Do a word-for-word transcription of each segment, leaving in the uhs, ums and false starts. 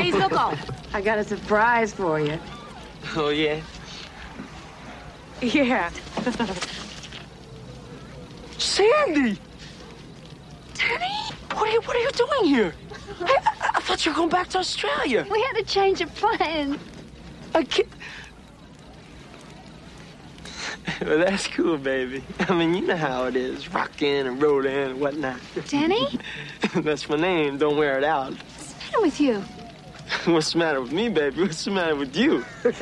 Danny Zuko. I got a surprise for you. Oh, yeah? Yeah. Sandy! Danny? What are you, what are you doing here? I, I thought you were going back to Australia. We had to change of plans. I can't... Well, that's cool, baby. I mean, you know how it is. Rockin' and rollin' and whatnot. Danny? That's my name. Don't wear it out. What's the matter with you? What's the matter with me, baby? What's the matter with you?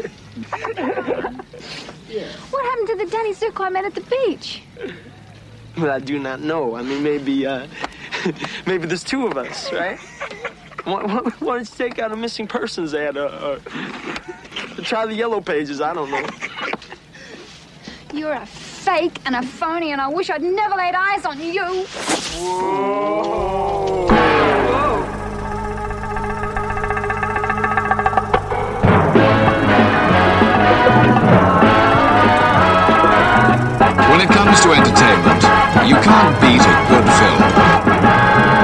Yeah. What happened to the Danny Zuko I met at the beach? Well, I do not know. I mean, maybe, uh... maybe there's two of us, right? Why, why, why don't you take out a missing persons ad or, or try the yellow pages? I don't know. You're a fake and a phony, and I wish I'd never laid eyes on you. Whoa. When it comes to entertainment, you can't beat a good film.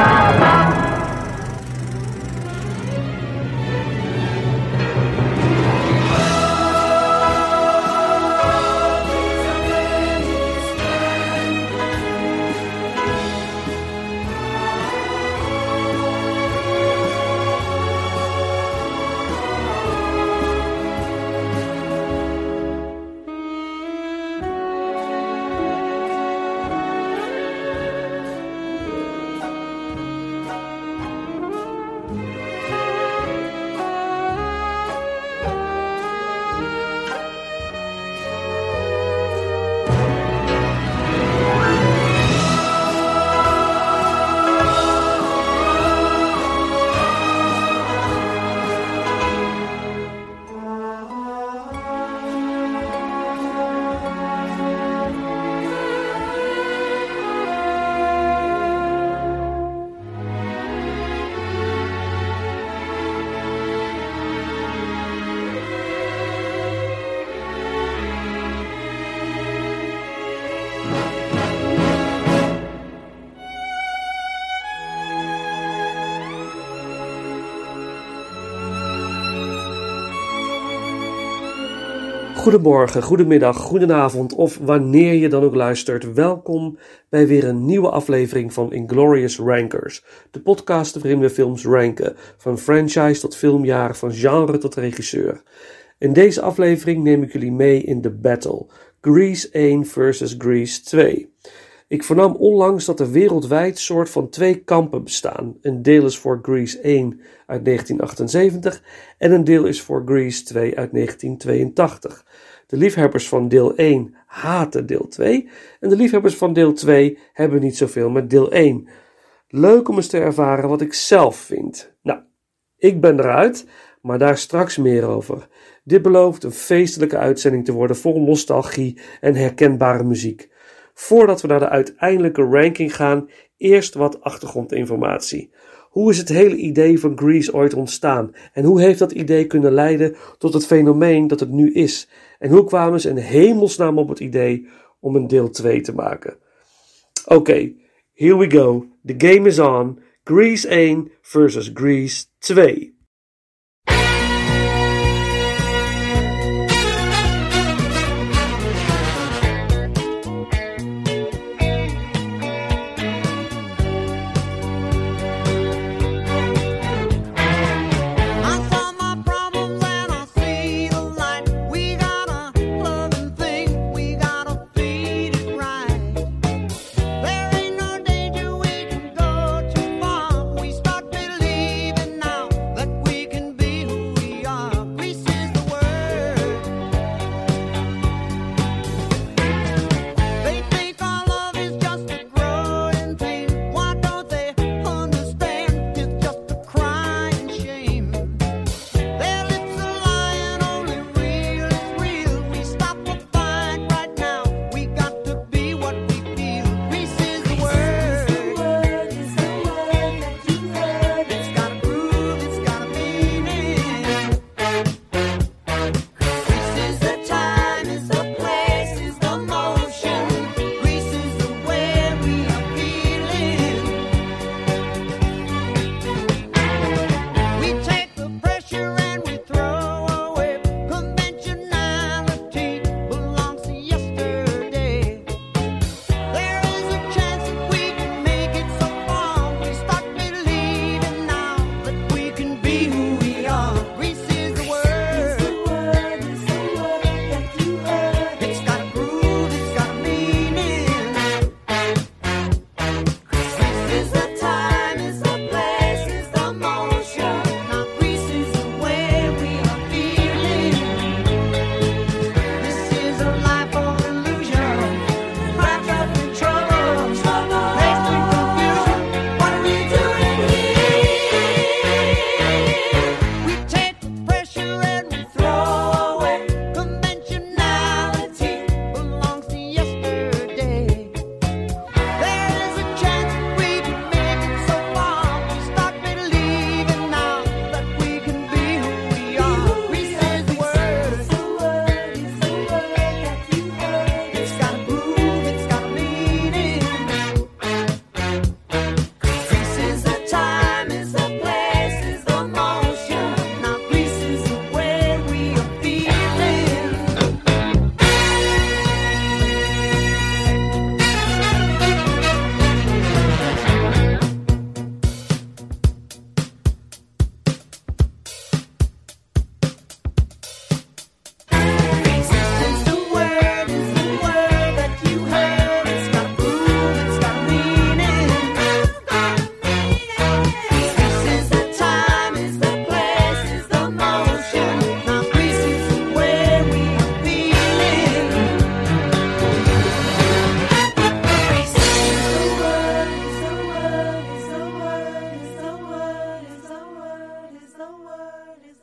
Goedemorgen, goedemiddag, goedenavond of wanneer je dan ook luistert. Welkom bij weer een nieuwe aflevering van Inglorious Rankers. De podcast waarin we films ranken, van franchise tot filmjaar, van genre tot regisseur. In deze aflevering neem ik jullie mee in de battle. Grease één versus Grease twee. Ik vernam onlangs dat er wereldwijd soort van twee kampen bestaan. Een deel is voor Grease één uit negentien achtenzeventig en een deel is voor Grease twee uit negentien tweeëntachtig. De liefhebbers van deel één haten deel twee en de liefhebbers van deel twee hebben niet zoveel met deel één. Leuk om eens te ervaren wat ik zelf vind. Nou, ik ben eruit, maar daar straks meer over. Dit belooft een feestelijke uitzending te worden vol nostalgie en herkenbare muziek. Voordat we naar de uiteindelijke ranking gaan, eerst wat achtergrondinformatie. Hoe is het hele idee van Grease ooit ontstaan? En hoe heeft dat idee kunnen leiden tot het fenomeen dat het nu is? En hoe kwamen ze in hemelsnaam op het idee om een deel twee te maken? Oké, okay, here we go. The game is on. Grease één versus Grease twee. That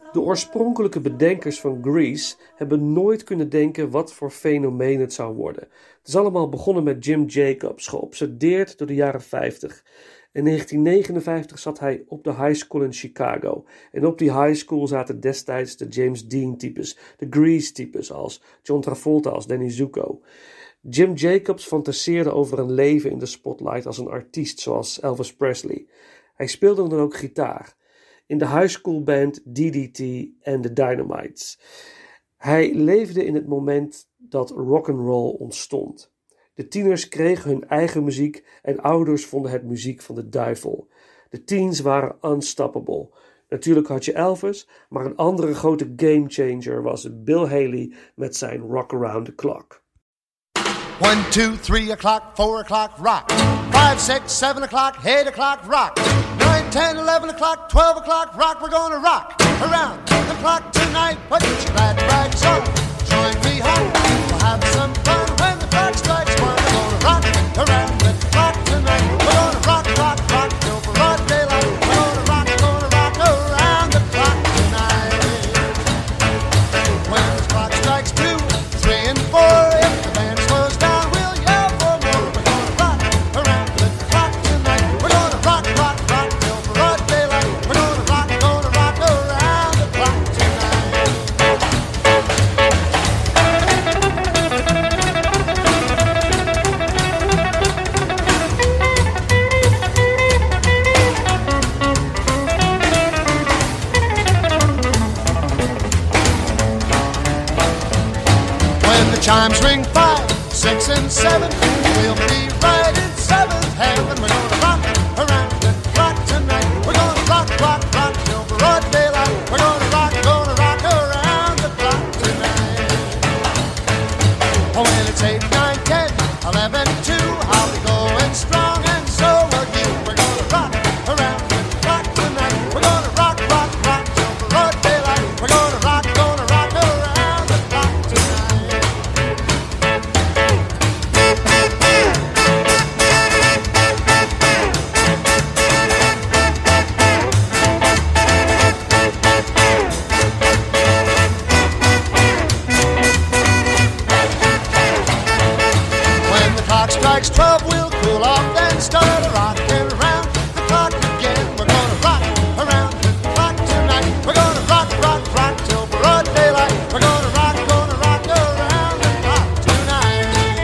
De oorspronkelijke bedenkers van Grease hebben nooit kunnen denken wat voor fenomeen het zou worden. Het is allemaal begonnen met Jim Jacobs, geobsedeerd door de jaren vijftig. In negentien negenenvijftig zat hij op de high school in Chicago. En op die high school zaten destijds de James Dean-types, de Grease-types als John Travolta, als Danny Zuko. Jim Jacobs fantaseerde over een leven in de spotlight als een artiest zoals Elvis Presley. Hij speelde dan ook gitaar in de high school band D D T en de Dynamites. Hij leefde in het moment dat rock'n'roll ontstond. De tieners kregen hun eigen muziek en ouders vonden het muziek van de duivel. De teens waren unstoppable. Natuurlijk had je Elvis, maar een andere grote gamechanger was Bill Haley met zijn Rock Around the Clock. One, two, three o'clock, four o'clock, rock. Five, six, seven o'clock, eight o'clock, rock. Nine, ten, eleven o'clock, twelve o'clock, rock. We're gonna rock around the clock tonight. Put your glad rags on, join me home. We'll have some fun when the clock strikes one. We're gonna rock around the clock tonight. We're gonna rock, rock, rock till broad daylight. We're gonna rock, gonna rock around the clock tonight. When the clock strikes two, three, and four, if the band slows down, we'll yell for more. We're gonna rock around the clock tonight. We're gonna rock, rock, rock till broad daylight. We're gonna rock, gonna rock around the clock tonight. When the chimes ring five, six, and seven, we'll be right in seventh heaven. We're gonna rock around the clock tonight. We're gonna rock, rock, rock till broad daylight. We're gonna rock, gonna rock around the clock tonight. Oh, when it's eight, nine, ten, eleven, two, I'll be going strong, and so will you. We're gonna rock around the clock tonight. We're gonna rock, rock, rock till broad daylight. We're gonna rock, gonna rock around the clock tonight. When the clock strikes twelve, we'll cool off, then start a rockin' around the clock again. We're gonna rock around the clock tonight. We're gonna rock, rock, rock till broad daylight. We're gonna rock, gonna rock around the clock tonight.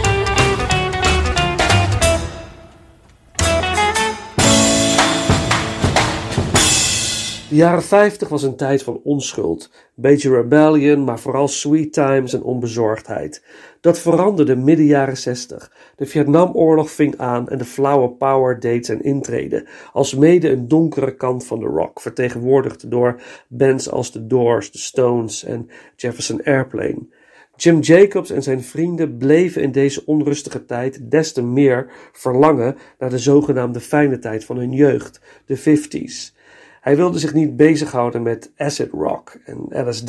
De jaren vijftig was een tijd van onschuld, beetje rebellion, maar vooral sweet times en onbezorgdheid. Dat veranderde midden jaren zestig. De Vietnamoorlog ving aan en de flower power deed zijn intrede, alsmede een donkere kant van de rock, vertegenwoordigd door bands als The Doors, The Stones en Jefferson Airplane. Jim Jacobs en zijn vrienden bleven in deze onrustige tijd des te meer verlangen naar de zogenaamde fijne tijd van hun jeugd, de vijftiger. Hij wilde zich niet bezighouden met acid rock en L S D.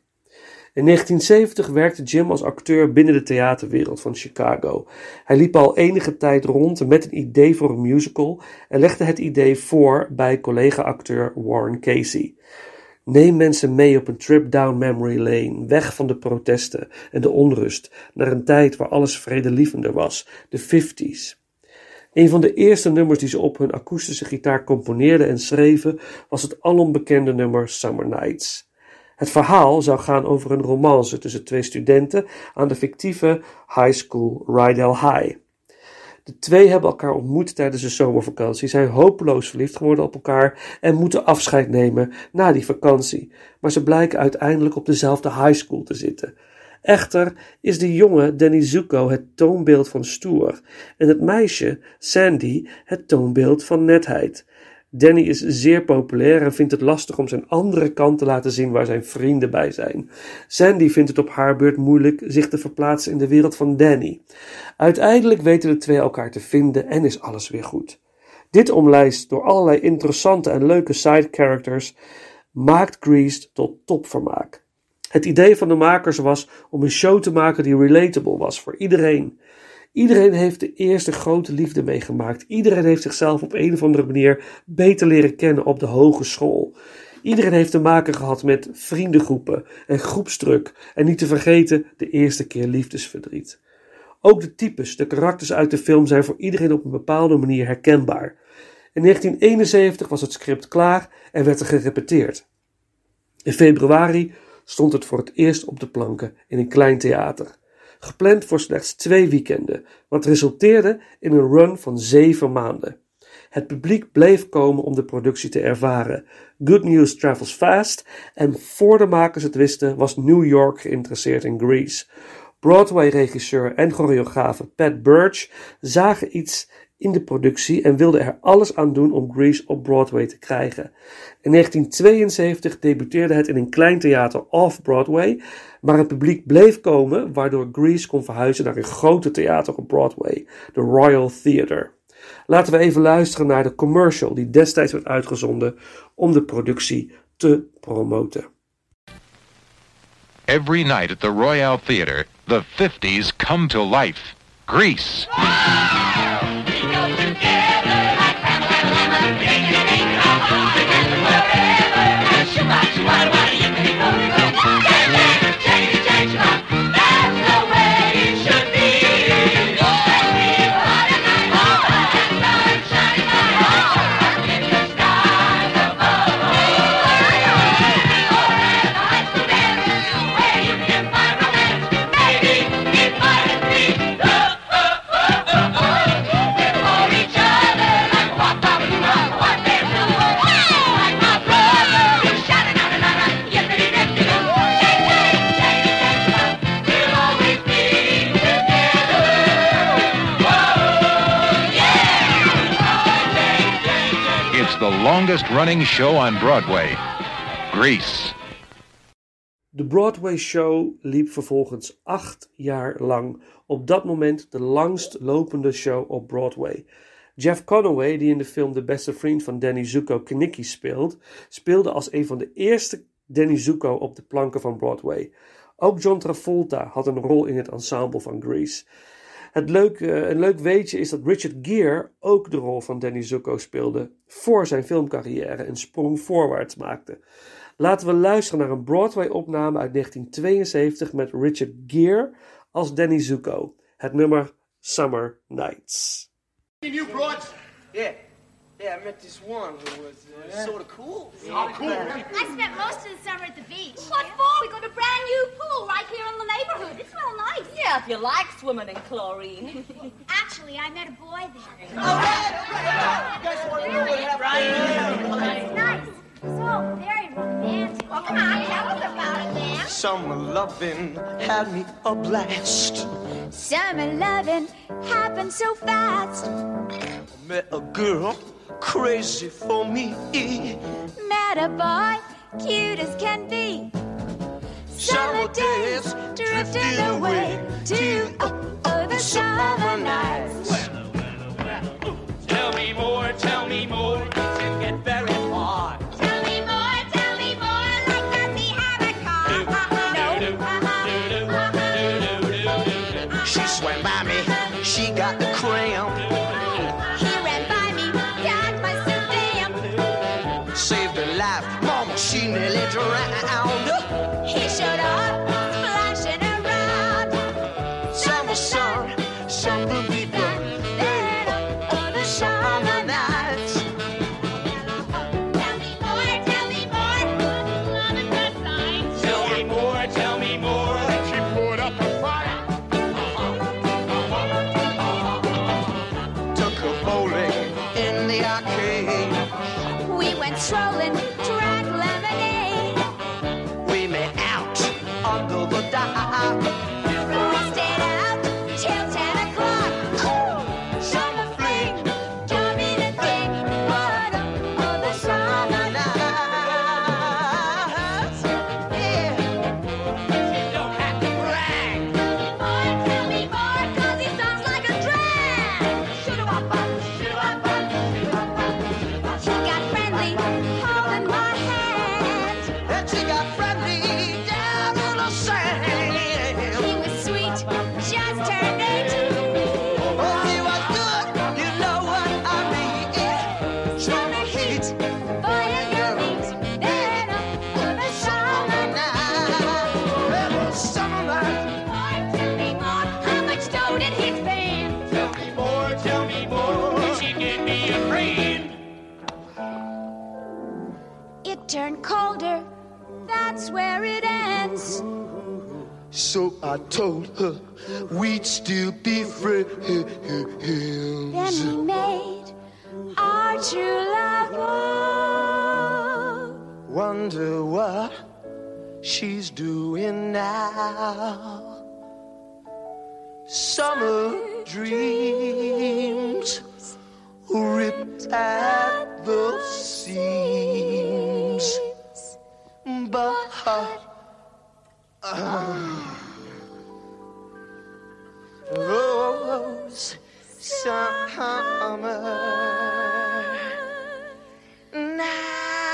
In negentien zeventig werkte Jim als acteur binnen de theaterwereld van Chicago. Hij liep al enige tijd rond met een idee voor een musical en legde het idee voor bij collega-acteur Warren Casey. Neem mensen mee op een trip down memory lane, weg van de protesten en de onrust, naar een tijd waar alles vredelievender was, de vijftiger. Een van de eerste nummers die ze op hun akoestische gitaar componeerden en schreven was het alombekende nummer Summer Nights. Het verhaal zou gaan over een romance tussen twee studenten aan de fictieve high school Rydell High. De twee hebben elkaar ontmoet tijdens de zomervakantie, zijn hopeloos verliefd geworden op elkaar en moeten afscheid nemen na die vakantie. Maar ze blijken uiteindelijk op dezelfde high school te zitten. Echter is de jonge Danny Zuko het toonbeeld van stoer en het meisje, Sandy, het toonbeeld van netheid. Danny is zeer populair en vindt het lastig om zijn andere kant te laten zien waar zijn vrienden bij zijn. Sandy vindt het op haar beurt moeilijk zich te verplaatsen in de wereld van Danny. Uiteindelijk weten de twee elkaar te vinden en is alles weer goed. Dit omlijst door allerlei interessante en leuke side characters maakt Grease tot topvermaak. Het idee van de makers was om een show te maken die relatable was voor iedereen. Iedereen heeft de eerste grote liefde meegemaakt. Iedereen heeft zichzelf op een of andere manier beter leren kennen op de hogeschool. Iedereen heeft te maken gehad met vriendengroepen en groepsdruk en niet te vergeten de eerste keer liefdesverdriet. Ook de types, de karakters uit de film zijn voor iedereen op een bepaalde manier herkenbaar. In negentien eenenzeventig was het script klaar en werd er gerepeteerd. In februari stond het voor het eerst op de planken in een klein theater. Gepland voor slechts twee weekenden, wat resulteerde in een run van zeven maanden. Het publiek bleef komen om de productie te ervaren. Good news travels fast en voor de makers het wisten was New York geïnteresseerd in Grease. Broadway-regisseur en choreografe Pat Birch zagen iets in de productie en wilden er alles aan doen om Grease op Broadway te krijgen. In negentien tweeënzeventig debuteerde het in een klein theater off-Broadway, maar het publiek bleef komen, waardoor Grease kon verhuizen naar een grote theater op Broadway, de Royal Theatre. Laten we even luisteren naar de commercial die destijds werd uitgezonden om de productie te promoten. Every night at the Royal Theatre, the fifties come to life. Grease. The longest running show on Broadway, Grease. De Broadway show liep vervolgens acht jaar lang, op dat moment de langst lopende show op Broadway. Jeff Conaway, die in de film de beste vriend van Danny Zuko Kenickie speelt, speelde als een van de eerste Danny Zuko op de planken van Broadway. Ook John Travolta had een rol in het ensemble van Grease. Het leuk, uh, een leuk weetje is dat Richard Gere ook de rol van Danny Zuko speelde voor zijn filmcarrière een sprong voorwaarts maakte. Laten we luisteren naar een Broadway-opname uit negentien tweeënzeventig met Richard Gere als Danny Zuko. Het nummer Summer Nights. You brought? Yeah. Yeah, I met this one who was uh, sort of cool. Oh, cool. I spent most of the summer at the beach. What for? We got a brand new pool right here in the neighborhood. It's real nice. Yeah, if you like swimming in chlorine. Actually, I met a boy there. Oh, you guys want to know what happened? It's nice. So very romantic. Well, come on, tell us about it, man. Summer loving had me a blast. Summer loving happened so fast. I met a girl crazy for me. Met a boy cute as can be. Summer days drifting away to other summer nights. Tell me more, tell me more, it can get very hard. Tell me more, tell me more, like let me have a car. No. She swam by me, she got the cramp. He ran by me, got my vamp. Saved her life, mama, she nearly drowned. He showed up, splashing around. Summer sun, summer people, Then other summer nights. Tell me more, tell me more, on the good side. Tell me more, tell me more. She put up a fight. took her bowling in the arcade. We went strolling, drank lemonade. We met out under the dock. We stayed out till ten o'clock. Summer fling, don't mean a thing. What other summer nights? Yeah. Don't have to brag. More, tell me more, 'cause he sounds like a drag. Shoo-doo-wop-bop, shoo-doo-wop-bop, shoo-doo-wop-bop. She got friendly, holding my hand. And she got friendly down in the sand. He was sweet, just turned eighteen. Oh, he was good, you know what I mean. Summer heat, boy, if you're neat, then that's where it ends. So I told her we'd still be friends. Then we made our true love vow. Wonder what she's doing now. Summer dreams ripped at the seams, but uh, those summer nights.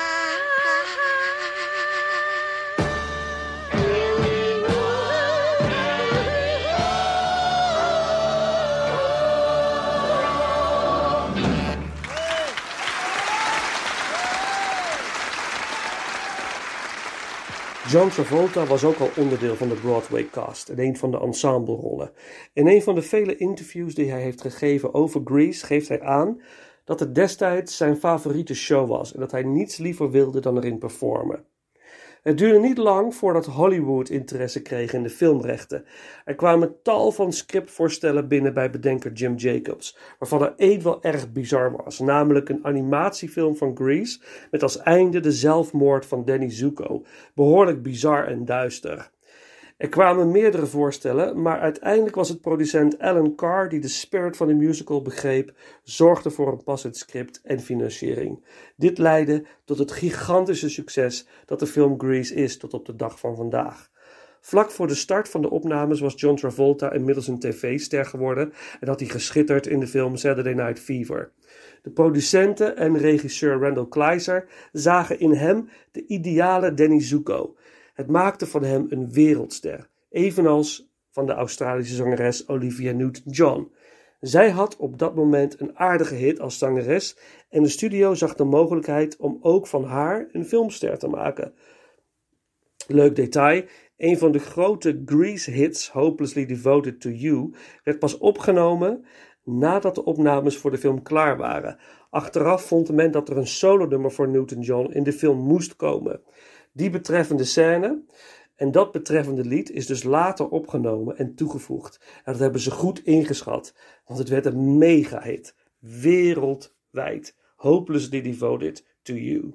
John Travolta was ook al onderdeel van de Broadway-cast en een van de ensemblerollen. In een van de vele interviews die hij heeft gegeven over Grease geeft hij aan dat het destijds zijn favoriete show was en dat hij niets liever wilde dan erin performen. Het duurde niet lang voordat Hollywood interesse kreeg in de filmrechten. Er kwamen tal van scriptvoorstellen binnen bij bedenker Jim Jacobs, waarvan er één wel erg bizar was, namelijk een animatiefilm van Grease met als einde de zelfmoord van Danny Zuko. Behoorlijk bizar en duister. Er kwamen meerdere voorstellen, maar uiteindelijk was het producent Alan Carr die de spirit van de musical begreep, zorgde voor een passend script en financiering. Dit leidde tot het gigantische succes dat de film Grease is tot op de dag van vandaag. Vlak voor de start van de opnames was John Travolta inmiddels een tv-ster geworden en had hij geschitterd in de film Saturday Night Fever. De producenten en regisseur Randall Kleiser zagen in hem de ideale Danny Zuko. Het maakte van hem een wereldster, evenals van de Australische zangeres Olivia Newton-John. Zij had op dat moment een aardige hit als zangeres en de studio zag de mogelijkheid om ook van haar een filmster te maken. Leuk detail, een van de grote Grease-hits, Hopelessly Devoted to You, werd pas opgenomen nadat de opnames voor de film klaar waren. Achteraf vond men dat er een solonummer voor Newton-John in de film moest komen. Die betreffende scène en dat betreffende lied is dus later opgenomen en toegevoegd. En dat hebben ze goed ingeschat, want het werd een mega-hit, wereldwijd. Hopelessly Devoted to You.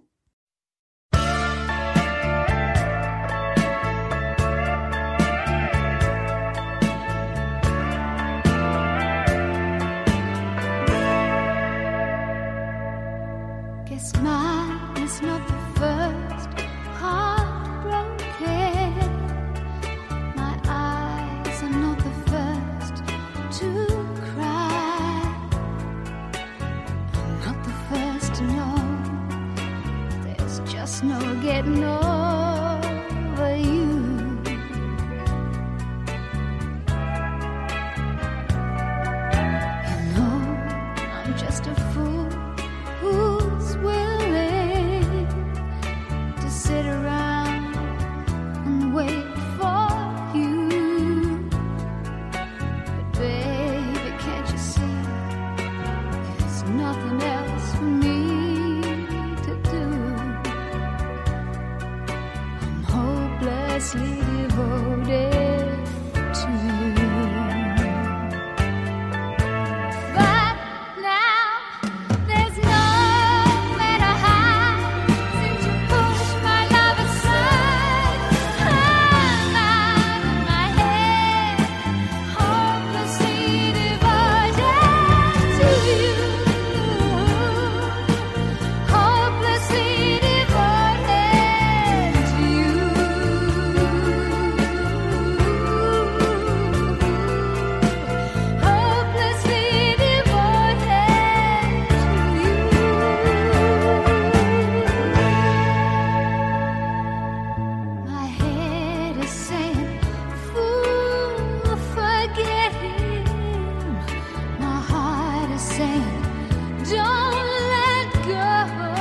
Guess mine is not the first heartbroken. My eyes are not the first to cry. I'm not the first to know. There's just no getting over you. You know, I'm just a fool who's willing to sit around and wait for you. But baby, can't you see there's nothing else for me to do? I'm hopelessly devoted to you. But now there's nowhere to hide since you pushed my love aside. I'm out of my head, hopelessly devoted to you. Hopelessly devoted to you. Hopelessly devoted to you. My head is saying, fool, forget him. My heart is saying, don't let go.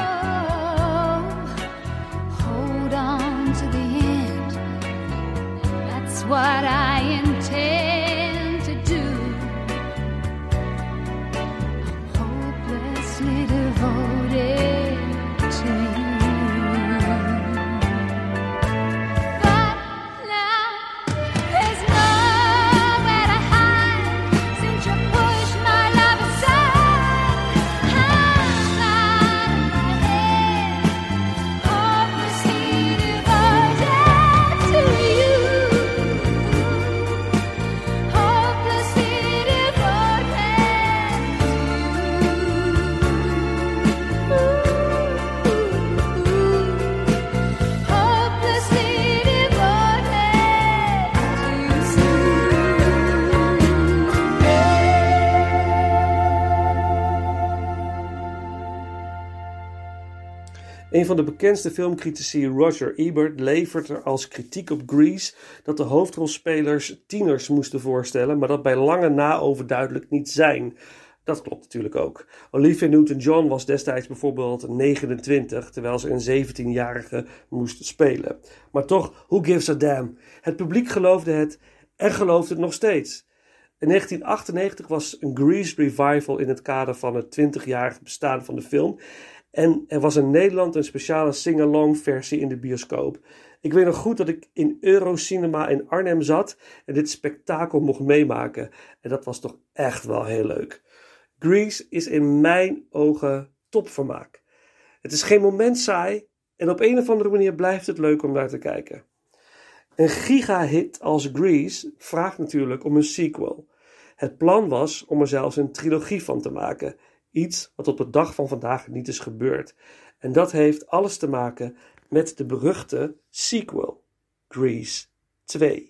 Hold on to the end. That's what I intend to do. I'm hopelessly devoted to you. Een van de bekendste filmcritici, Roger Ebert, levert er als kritiek op Grease dat de hoofdrolspelers tieners moesten voorstellen, maar dat bij lange na overduidelijk niet zijn. Dat klopt natuurlijk ook. Olivia Newton-John was destijds bijvoorbeeld negenentwintig, terwijl ze een zeventienjarige moest spelen. Maar toch, who gives a damn? Het publiek geloofde het en gelooft het nog steeds. In negentien achtennegentig was een Grease revival in het kader van het twintigjarig bestaan van de film. En er was in Nederland een speciale sing-along versie in de bioscoop. Ik weet nog goed dat ik in Eurocinema in Arnhem zat en dit spektakel mocht meemaken. En dat was toch echt wel heel leuk. Grease is in mijn ogen topvermaak. Het is geen moment saai en op een of andere manier blijft het leuk om naar te kijken. Een gigahit als Grease vraagt natuurlijk om een sequel. Het plan was om er zelfs een trilogie van te maken. Iets wat op de dag van vandaag niet is gebeurd. En dat heeft alles te maken met de beruchte sequel, Grease twee.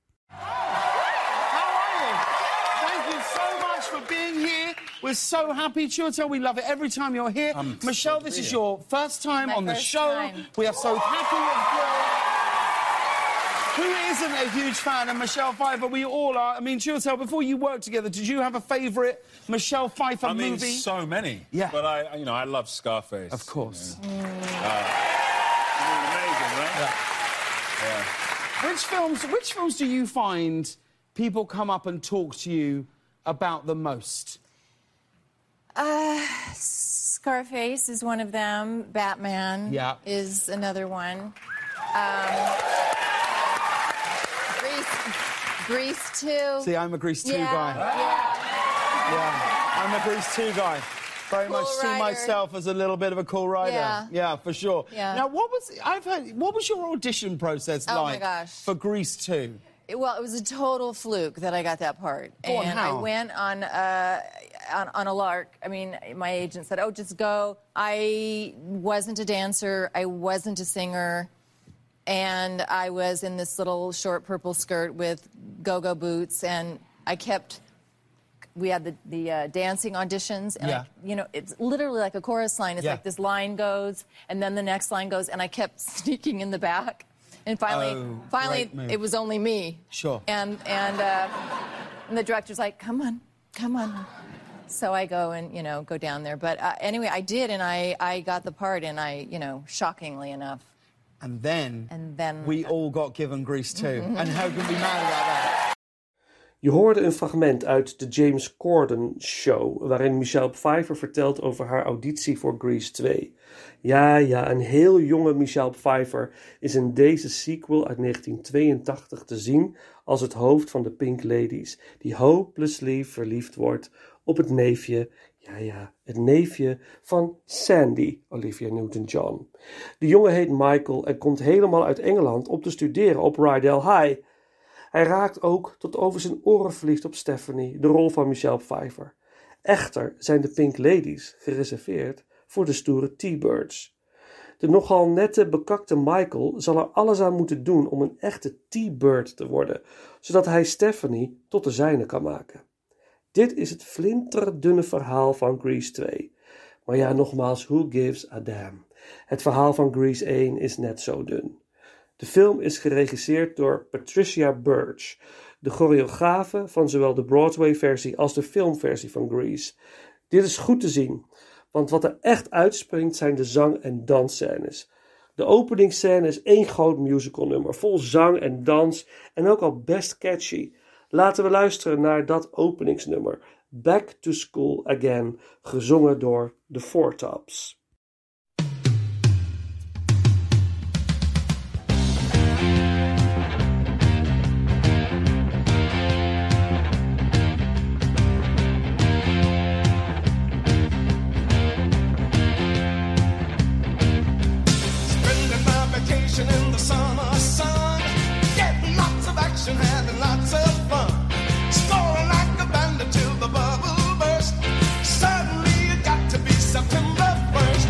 We're so happy, Chiwetel. We love it every time you're here. Um, Michelle, this is your first time My on the first show. time. We are so happy with you. Who isn't a huge fan of Michelle Pfeiffer? We all are. I mean, Chiwetel, before you worked together, did you have a favourite Michelle Pfeiffer I mean, movie? so many. Yeah. But I, you know, I love Scarface. Of course. You know. uh, I mean, amazing, right? Yeah. Yeah. Which films? Which films do you find people come up and talk to you about the most? Uh, Scarface is one of them. Batman Yeah. is another one. Um, Grease, Grease two. See, I'm a Grease two yeah, guy. Yeah. Yeah, I'm a Grease two guy. Very Cool much see rider. myself as a little bit of a cool rider. Yeah. Yeah, for sure. Yeah. Now, what was I've heard? What was your audition process Oh, my like gosh. for Grease two? It- well, it was a total fluke that I got that part. Go on, and how? I went on, uh, on on a lark. I mean, my agent said, "Oh, just go." I wasn't a dancer. I wasn't a singer. And I was in this little short purple skirt with go-go boots, and I kept. We had the the uh, dancing auditions, and Yeah. I, you know, it's literally like a chorus line. It's Yeah. like this line goes, and then the next line goes, and I kept sneaking in the back, and finally, Oh, finally, great move. it was only me. Sure. And and uh, and the director's like, "Come on, come on." So I go and you know go down there, but uh, anyway, I did, and I I got the part, and I you know shockingly enough. And then, And then we all got given Grease two. And how can we mad about that? Je hoorde een fragment uit de James Corden Show, waarin Michelle Pfeiffer vertelt over haar auditie voor Grease twee. Ja, ja, een heel jonge Michelle Pfeiffer is in deze sequel uit negentien tweeëntachtig te zien als het hoofd van de Pink Ladies, die hopelessly verliefd wordt op het neefje, ja ja, het neefje van Sandy, Olivia Newton-John. De jongen heet Michael en komt helemaal uit Engeland om te studeren op Rydell High. Hij raakt ook tot over zijn oren verliefd op Stephanie, de rol van Michelle Pfeiffer. Echter zijn de Pink Ladies gereserveerd voor de stoere T-Birds. De nogal nette, bekakte Michael zal er alles aan moeten doen om een echte T-Bird te worden, zodat hij Stephanie tot de zijne kan maken. Dit is het flinterdunne verhaal van Grease twee. Maar ja, nogmaals, who gives a damn? Het verhaal van Grease één is net zo dun. De film is geregisseerd door Patricia Birch, de choreografe van zowel de Broadway-versie als de filmversie van Grease. Dit is goed te zien, want wat er echt uitspringt zijn de zang- en dansscènes. De openingsscène is één groot musicalnummer, vol zang en dans en ook al best catchy. Laten we luisteren naar dat openingsnummer, Back to School Again, gezongen door de Four Tops. Spending my vacation in the summer sun, getting lots of action, having lots of fun, scoring like a bandit till the bubble burst. Suddenly it got to be September first.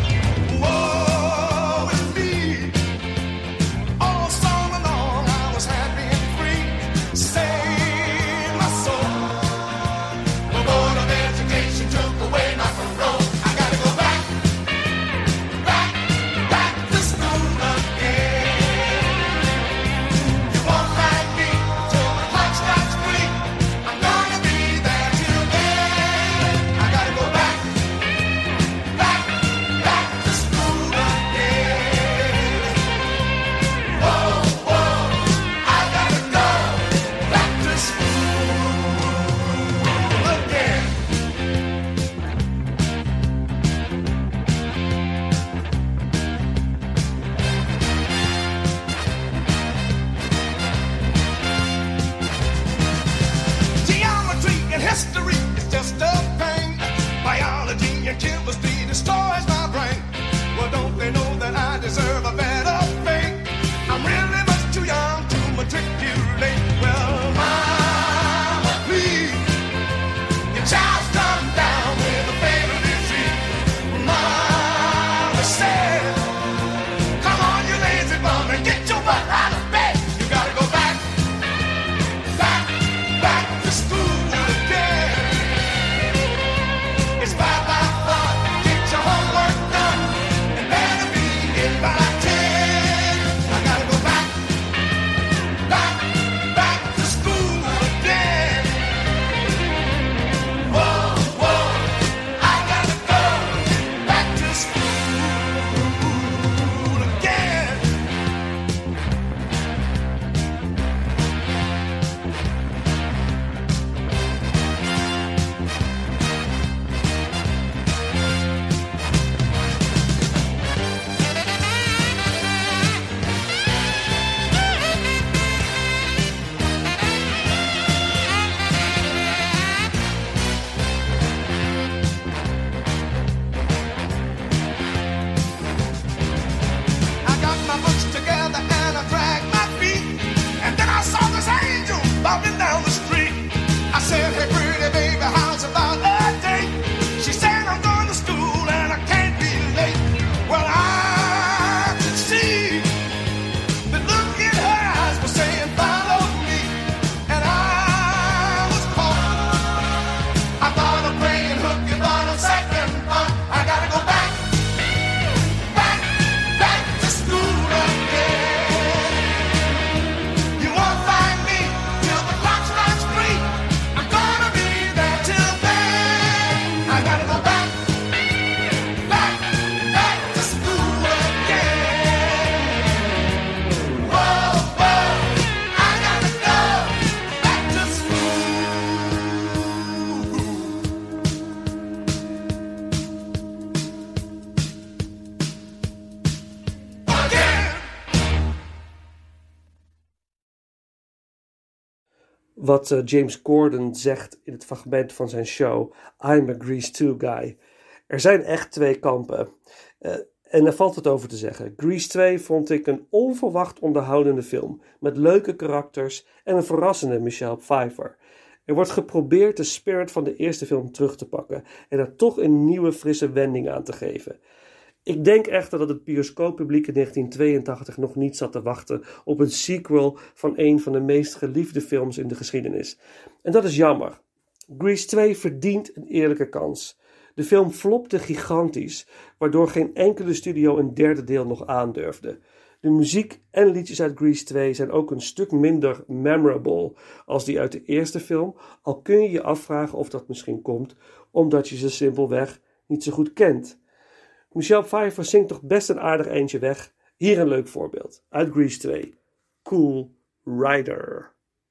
wat uh, James Corden zegt in het fragment van zijn show I'm a Grease two guy. Er zijn echt twee kampen. Uh, en daar valt het over te zeggen. Grease twee vond ik een onverwacht onderhoudende film. Met leuke karakters en een verrassende Michelle Pfeiffer. Er wordt geprobeerd de spirit van de eerste film terug te pakken. En er toch een nieuwe frisse wending aan te geven. Ik denk echter dat het bioscooppubliek in negentien tweeëntachtig nog niet zat te wachten op een sequel van een van de meest geliefde films in de geschiedenis. En dat is jammer. Grease twee verdient een eerlijke kans. De film flopte gigantisch, waardoor geen enkele studio een derde deel nog aandurfde. De muziek en liedjes uit Grease twee zijn ook een stuk minder memorable als die uit de eerste film, al kun je je afvragen of dat misschien komt omdat je ze simpelweg niet zo goed kent. Michelle Pfeiffer zingt toch best een aardig eindje weg. Hier een leuk voorbeeld uit Grease twee. Cool Rider.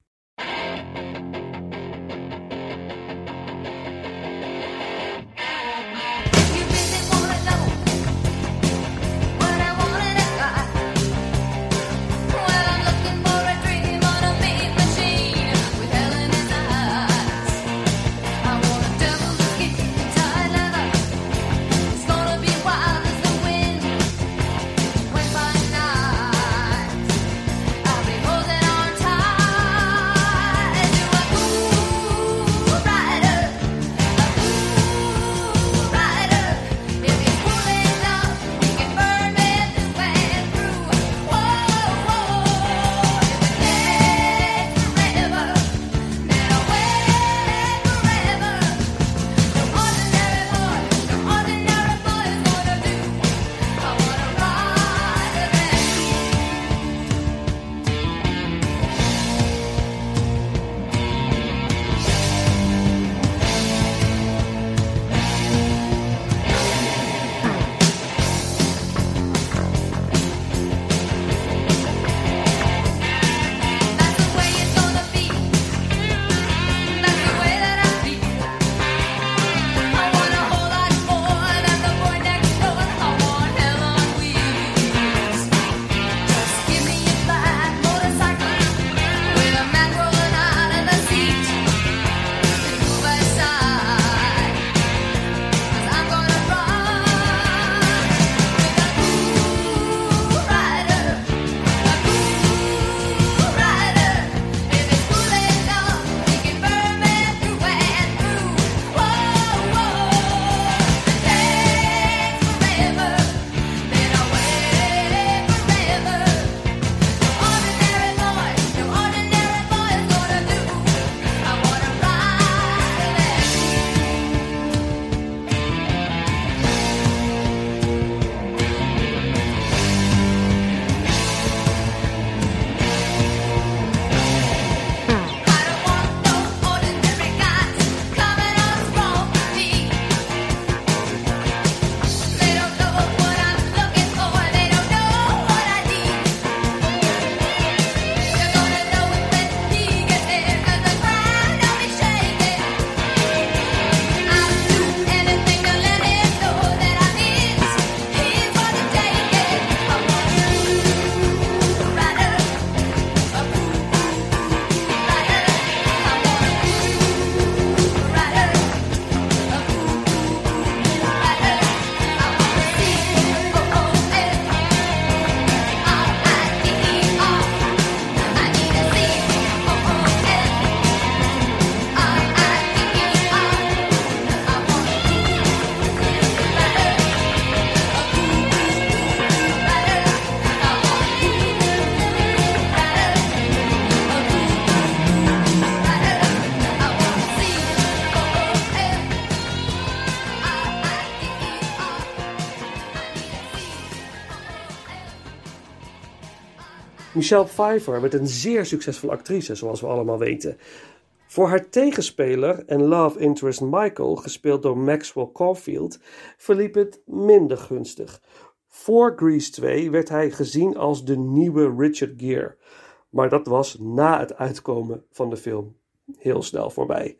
Michelle Pfeiffer werd een zeer succesvolle actrice, zoals we allemaal weten. Voor haar tegenspeler en love interest Michael, gespeeld door Maxwell Caulfield, verliep het minder gunstig. Voor Grease twee werd hij gezien als de nieuwe Richard Gere. Maar dat was na het uitkomen van de film heel snel voorbij.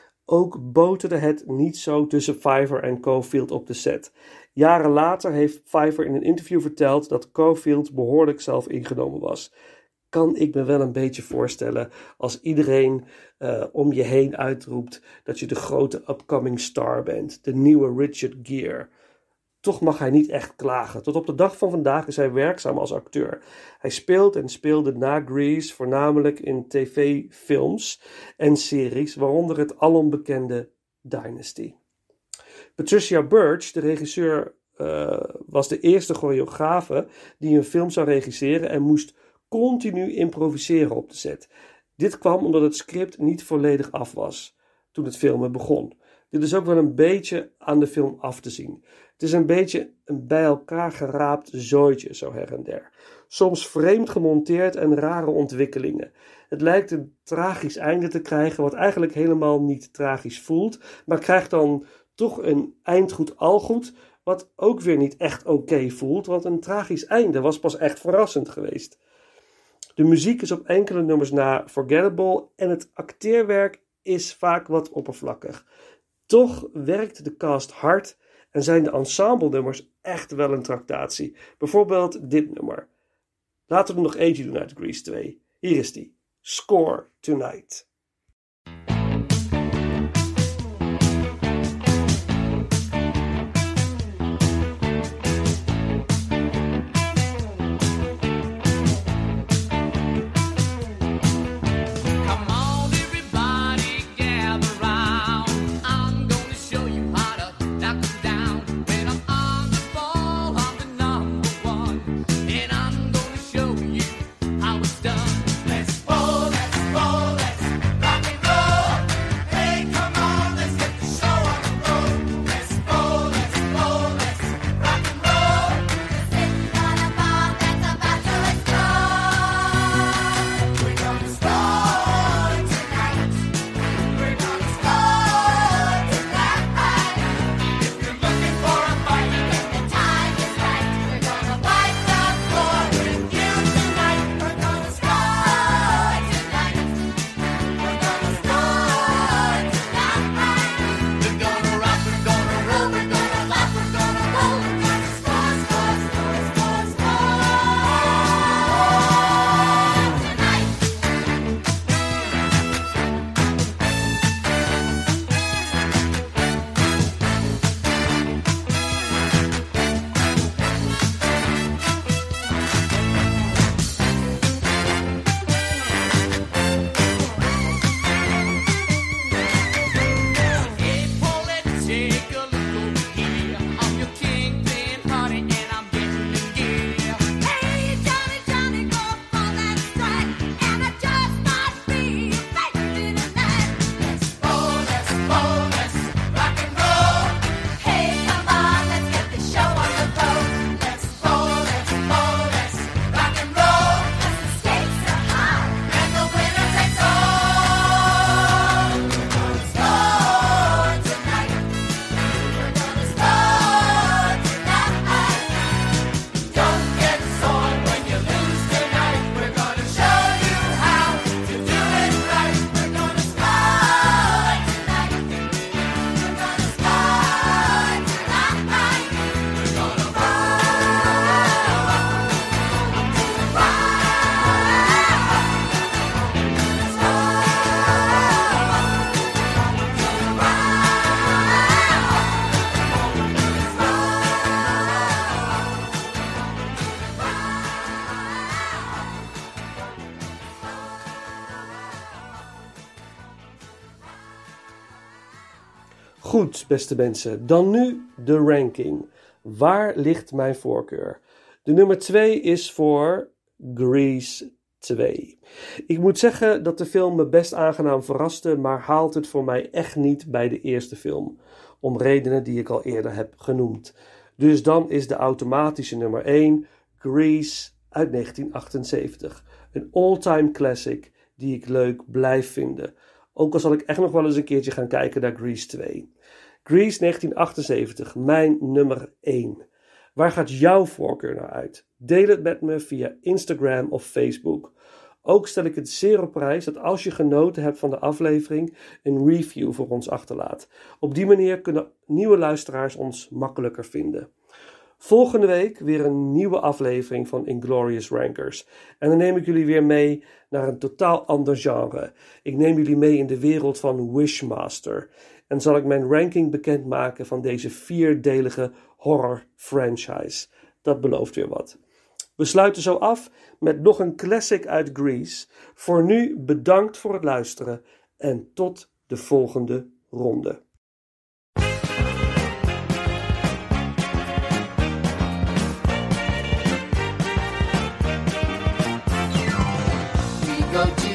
Ook boterde het niet zo tussen Pfeiffer en Caulfield op de set. Jaren later heeft Pfeiffer in een interview verteld dat Caulfield behoorlijk zelf ingenomen was. kan ik me wel een beetje voorstellen als iedereen uh, om je heen uitroept dat je de grote upcoming star bent, de nieuwe Richard Gere. Toch mag hij niet echt klagen. Tot op de dag van vandaag is hij werkzaam als acteur. Hij speelt en speelde na Grease voornamelijk in tv-films en series, waaronder het alombekende Dynasty. Patricia Birch, de regisseur, uh, was de eerste choreografe die een film zou regisseren en moest continu improviseren op de set. Dit kwam omdat het script niet volledig af was toen het filmen begon. Dit is ook wel een beetje aan de film af te zien. Het is een beetje een bij elkaar geraapt zooitje, zo her en der. Soms vreemd gemonteerd en rare ontwikkelingen. Het lijkt een tragisch einde te krijgen, wat eigenlijk helemaal niet tragisch voelt, maar krijgt dan toch een eindgoed al goed, wat ook weer niet echt oké okay voelt, want een tragisch einde was pas echt verrassend geweest. De muziek is op enkele nummers na forgettable en het acteerwerk is vaak wat oppervlakkig. Toch werkt de cast hard en zijn de ensemble-nummers echt wel een tractatie. Bijvoorbeeld dit nummer. Laten we er nog eentje doen uit Grease twee. Hier is die. Score Tonight. Goed, beste mensen, dan nu de ranking. Waar ligt mijn voorkeur? De nummer twee is voor Grease twee. Ik moet zeggen dat de film me best aangenaam verraste, maar haalt het voor mij echt niet bij de eerste film. Om redenen die ik al eerder heb genoemd. Dus dan is de automatische nummer één Grease uit negentien achtenzeventig. Een all-time classic die ik leuk blijf vinden. Ook al zal ik echt nog wel eens een keertje gaan kijken naar Grease twee. Grease negentien achtenzeventig, mijn nummer één. Waar gaat jouw voorkeur naar uit? Deel het met me via Instagram of Facebook. Ook stel ik het zeer op prijs dat als je genoten hebt van de aflevering, een review voor ons achterlaat. Op die manier kunnen nieuwe luisteraars ons makkelijker vinden. Volgende week weer een nieuwe aflevering van Inglorious Rankers. En dan neem ik jullie weer mee naar een totaal ander genre. Ik neem jullie mee in de wereld van Wishmaster. En zal ik mijn ranking bekendmaken van deze vierdelige horror franchise. Dat belooft weer wat. We sluiten zo af met nog een classic uit Grease. Voor nu bedankt voor het luisteren en tot de volgende ronde. We go to